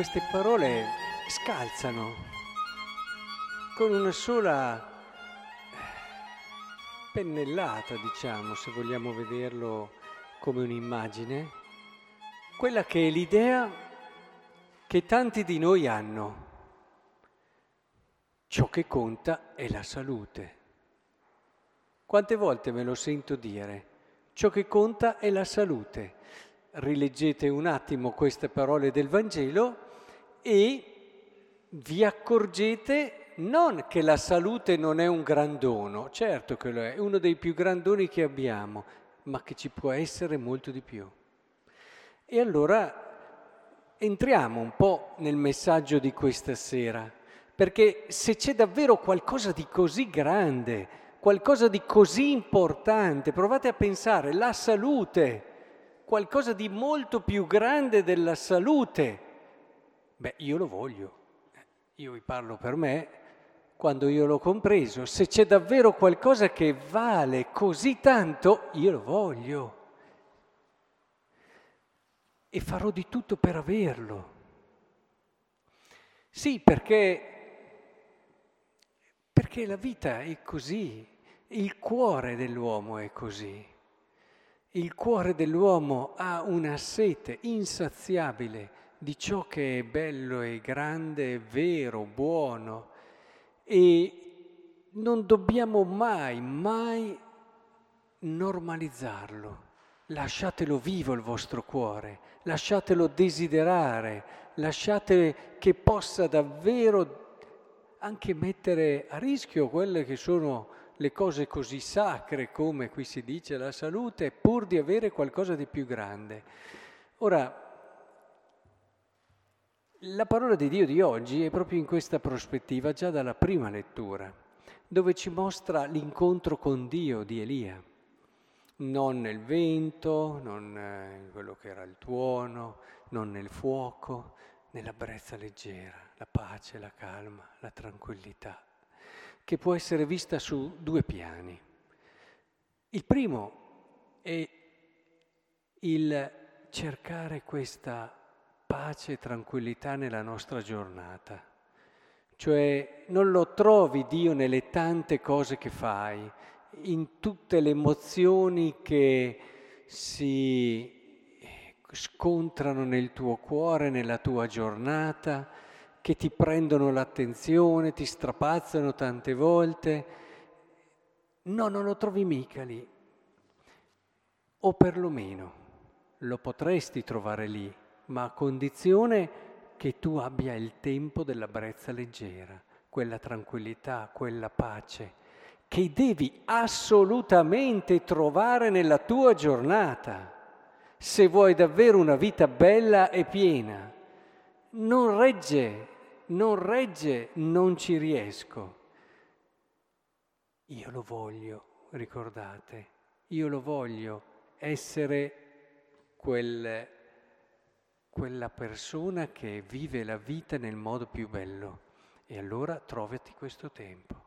queste parole scalzano con una sola pennellata, diciamo, se vogliamo vederlo come un'immagine, quella che è l'idea che tanti di noi hanno. Ciò che conta è la salute. Quante volte me lo sento dire? Ciò che conta è la salute. Rileggete un attimo queste parole del Vangelo e vi accorgete non che la salute non è un gran dono, certo che lo è uno dei più gran doni che abbiamo, ma che ci può essere molto di più. E allora entriamo un po' nel messaggio di questa sera, perché se c'è davvero qualcosa di così grande, qualcosa di così importante, provate a pensare, la salute, qualcosa di molto più grande della salute, beh, io lo voglio, io vi parlo per me, quando io l'ho compreso, se c'è davvero qualcosa che vale così tanto, io lo voglio e farò di tutto per averlo. Sì, perché la vita è così, il cuore dell'uomo è così. Il cuore dell'uomo ha una sete insaziabile di ciò che è bello e grande, vero, buono, e non dobbiamo mai normalizzarlo. Lasciatelo vivo il vostro cuore, lasciatelo desiderare, lasciate che possa davvero anche mettere a rischio quelle che sono le cose così sacre come qui si dice la salute, pur di avere qualcosa di più grande. Ora, la parola di Dio di oggi è proprio in questa prospettiva, già dalla prima lettura, dove ci mostra l'incontro con Dio di Elia. Non nel vento, non in quello che era il tuono, non nel fuoco, nella brezza leggera, la pace, la calma, la tranquillità, che può essere vista su due piani. Il primo è il cercare questa pace e tranquillità nella nostra giornata. Cioè non lo trovi Dio nelle tante cose che fai, in tutte le emozioni che si scontrano nel tuo cuore, nella tua giornata, che ti prendono l'attenzione, ti strapazzano tante volte. No, non lo trovi mica lì. O perlomeno lo potresti trovare lì, ma a condizione che tu abbia il tempo della brezza leggera, quella tranquillità, quella pace, che devi assolutamente trovare nella tua giornata, se vuoi davvero una vita bella e piena. Non regge, non ci riesco. Io lo voglio, ricordate, io lo voglio essere quella persona che vive la vita nel modo più bello. E allora trovati questo tempo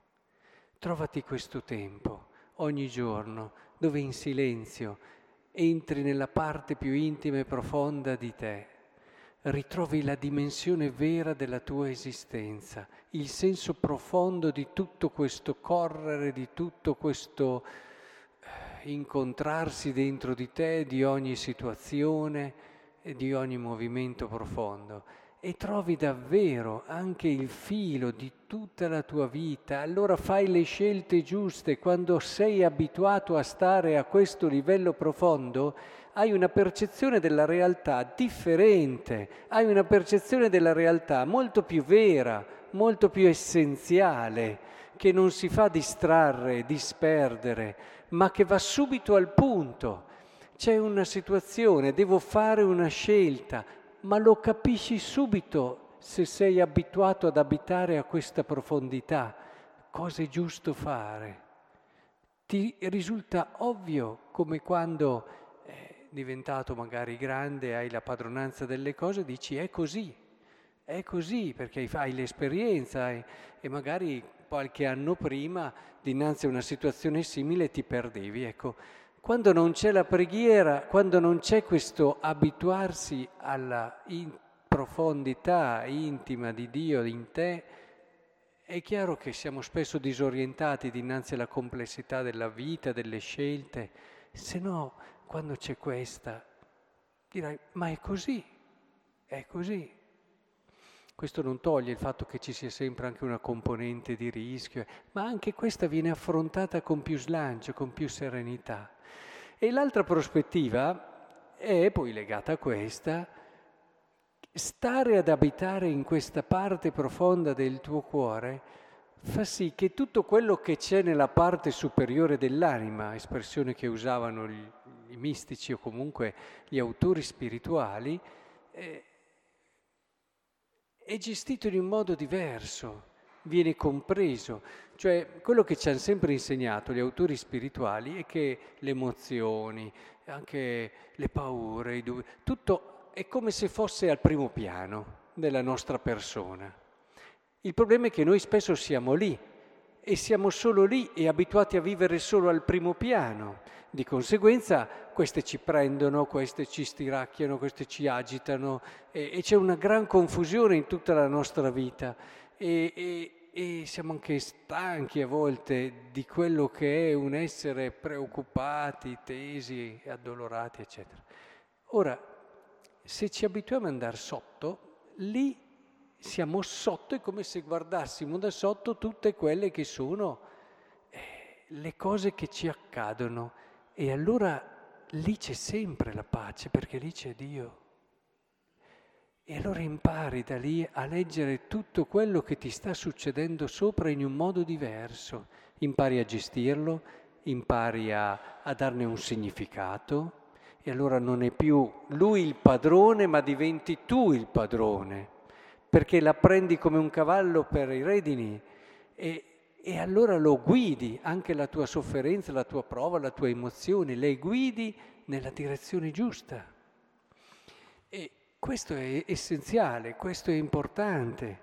ogni giorno, dove in silenzio entri nella parte più intima e profonda di te, ritrovi la dimensione vera della tua esistenza, il senso profondo di tutto questo correre, di tutto questo incontrarsi dentro di te, di ogni situazione e di ogni movimento profondo. E trovi davvero anche il filo di tutta la tua vita, allora fai le scelte giuste. Quando sei abituato a stare a questo livello profondo, hai una percezione della realtà differente, hai una percezione della realtà molto più vera, molto più essenziale, che non si fa distrarre, disperdere, ma che va subito al punto. C'è una situazione, devo fare una scelta, ma lo capisci subito se sei abituato ad abitare a questa profondità. Cosa è giusto fare? Ti risulta ovvio, come quando diventato magari grande, hai la padronanza delle cose, dici è così, perché hai l'esperienza e magari qualche anno prima, dinanzi a una situazione simile, ti perdevi. Ecco, quando non c'è la preghiera, quando non c'è questo abituarsi alla profondità intima di Dio in te, è chiaro che siamo spesso disorientati dinanzi alla complessità della vita, delle scelte, se no quando c'è questa dirai, ma è così, è così. Questo non toglie il fatto che ci sia sempre anche una componente di rischio, ma anche questa viene affrontata con più slancio, con più serenità. E l'altra prospettiva è poi legata a questa: stare ad abitare in questa parte profonda del tuo cuore fa sì che tutto quello che c'è nella parte superiore dell'anima, espressione che usavano i mistici o comunque gli autori spirituali, è gestito in un modo diverso, viene compreso. Cioè, quello che ci hanno sempre insegnato gli autori spirituali è che le emozioni, anche le paure, i dubbi, tutto è come se fosse al primo piano della nostra persona. Il problema è che noi spesso siamo lì e siamo solo lì e abituati a vivere solo al primo piano. Di conseguenza queste ci prendono, queste ci stiracchiano, queste ci agitano e c'è una gran confusione in tutta la nostra vita e siamo anche stanchi a volte di quello che è un essere preoccupati, tesi, addolorati, eccetera. Ora, se ci abituiamo ad andare sotto, lì siamo sotto, è come se guardassimo da sotto tutte quelle che sono le cose che ci accadono. E allora lì c'è sempre la pace, perché lì c'è Dio. E allora impari da lì a leggere tutto quello che ti sta succedendo sopra in un modo diverso. Impari a gestirlo, impari a darne un significato, e allora non è più lui il padrone, ma diventi tu il padrone, perché la prendi come un cavallo per i redini e allora lo guidi, anche la tua sofferenza, la tua prova, la tua emozione, le guidi nella direzione giusta. E questo è essenziale, questo è importante.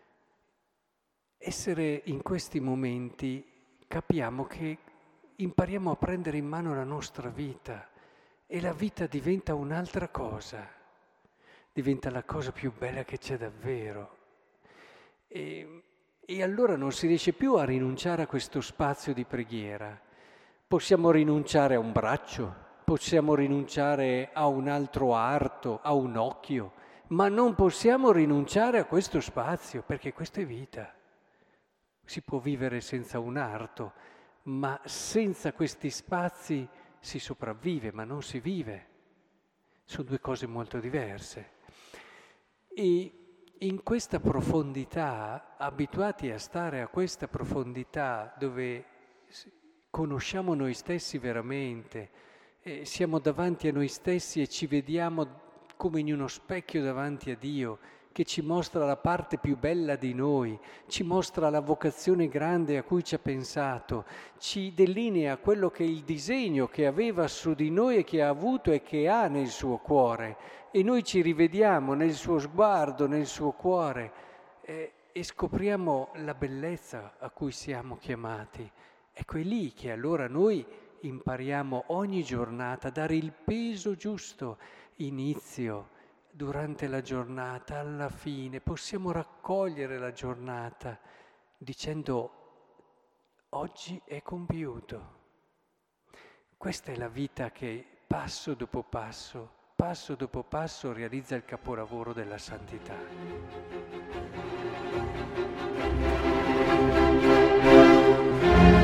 Essere in questi momenti, capiamo che impariamo a prendere in mano la nostra vita e la vita diventa un'altra cosa, diventa la cosa più bella che c'è davvero. E allora non si riesce più a rinunciare a questo spazio di preghiera. Possiamo rinunciare a un braccio, possiamo rinunciare a un altro arto, a un occhio, ma non possiamo rinunciare a questo spazio, perché questa è vita. Si può vivere senza un arto, ma senza questi spazi si sopravvive, ma non si vive. Sono due cose molto diverse. E in questa profondità, abituati a stare a questa profondità dove conosciamo noi stessi veramente, siamo davanti a noi stessi e ci vediamo come in uno specchio davanti a Dio, che ci mostra la parte più bella di noi, ci mostra la vocazione grande a cui ci ha pensato, ci delinea quello che è il disegno che aveva su di noi e che ha avuto e che ha nel suo cuore. E noi ci rivediamo nel suo sguardo, nel suo cuore e scopriamo la bellezza a cui siamo chiamati. Ecco, è lì che allora noi impariamo ogni giornata a dare il peso giusto, inizio, durante la giornata, alla fine. Possiamo raccogliere la giornata dicendo oggi è compiuto. Questa è la vita che passo dopo passo realizza il capolavoro della santità.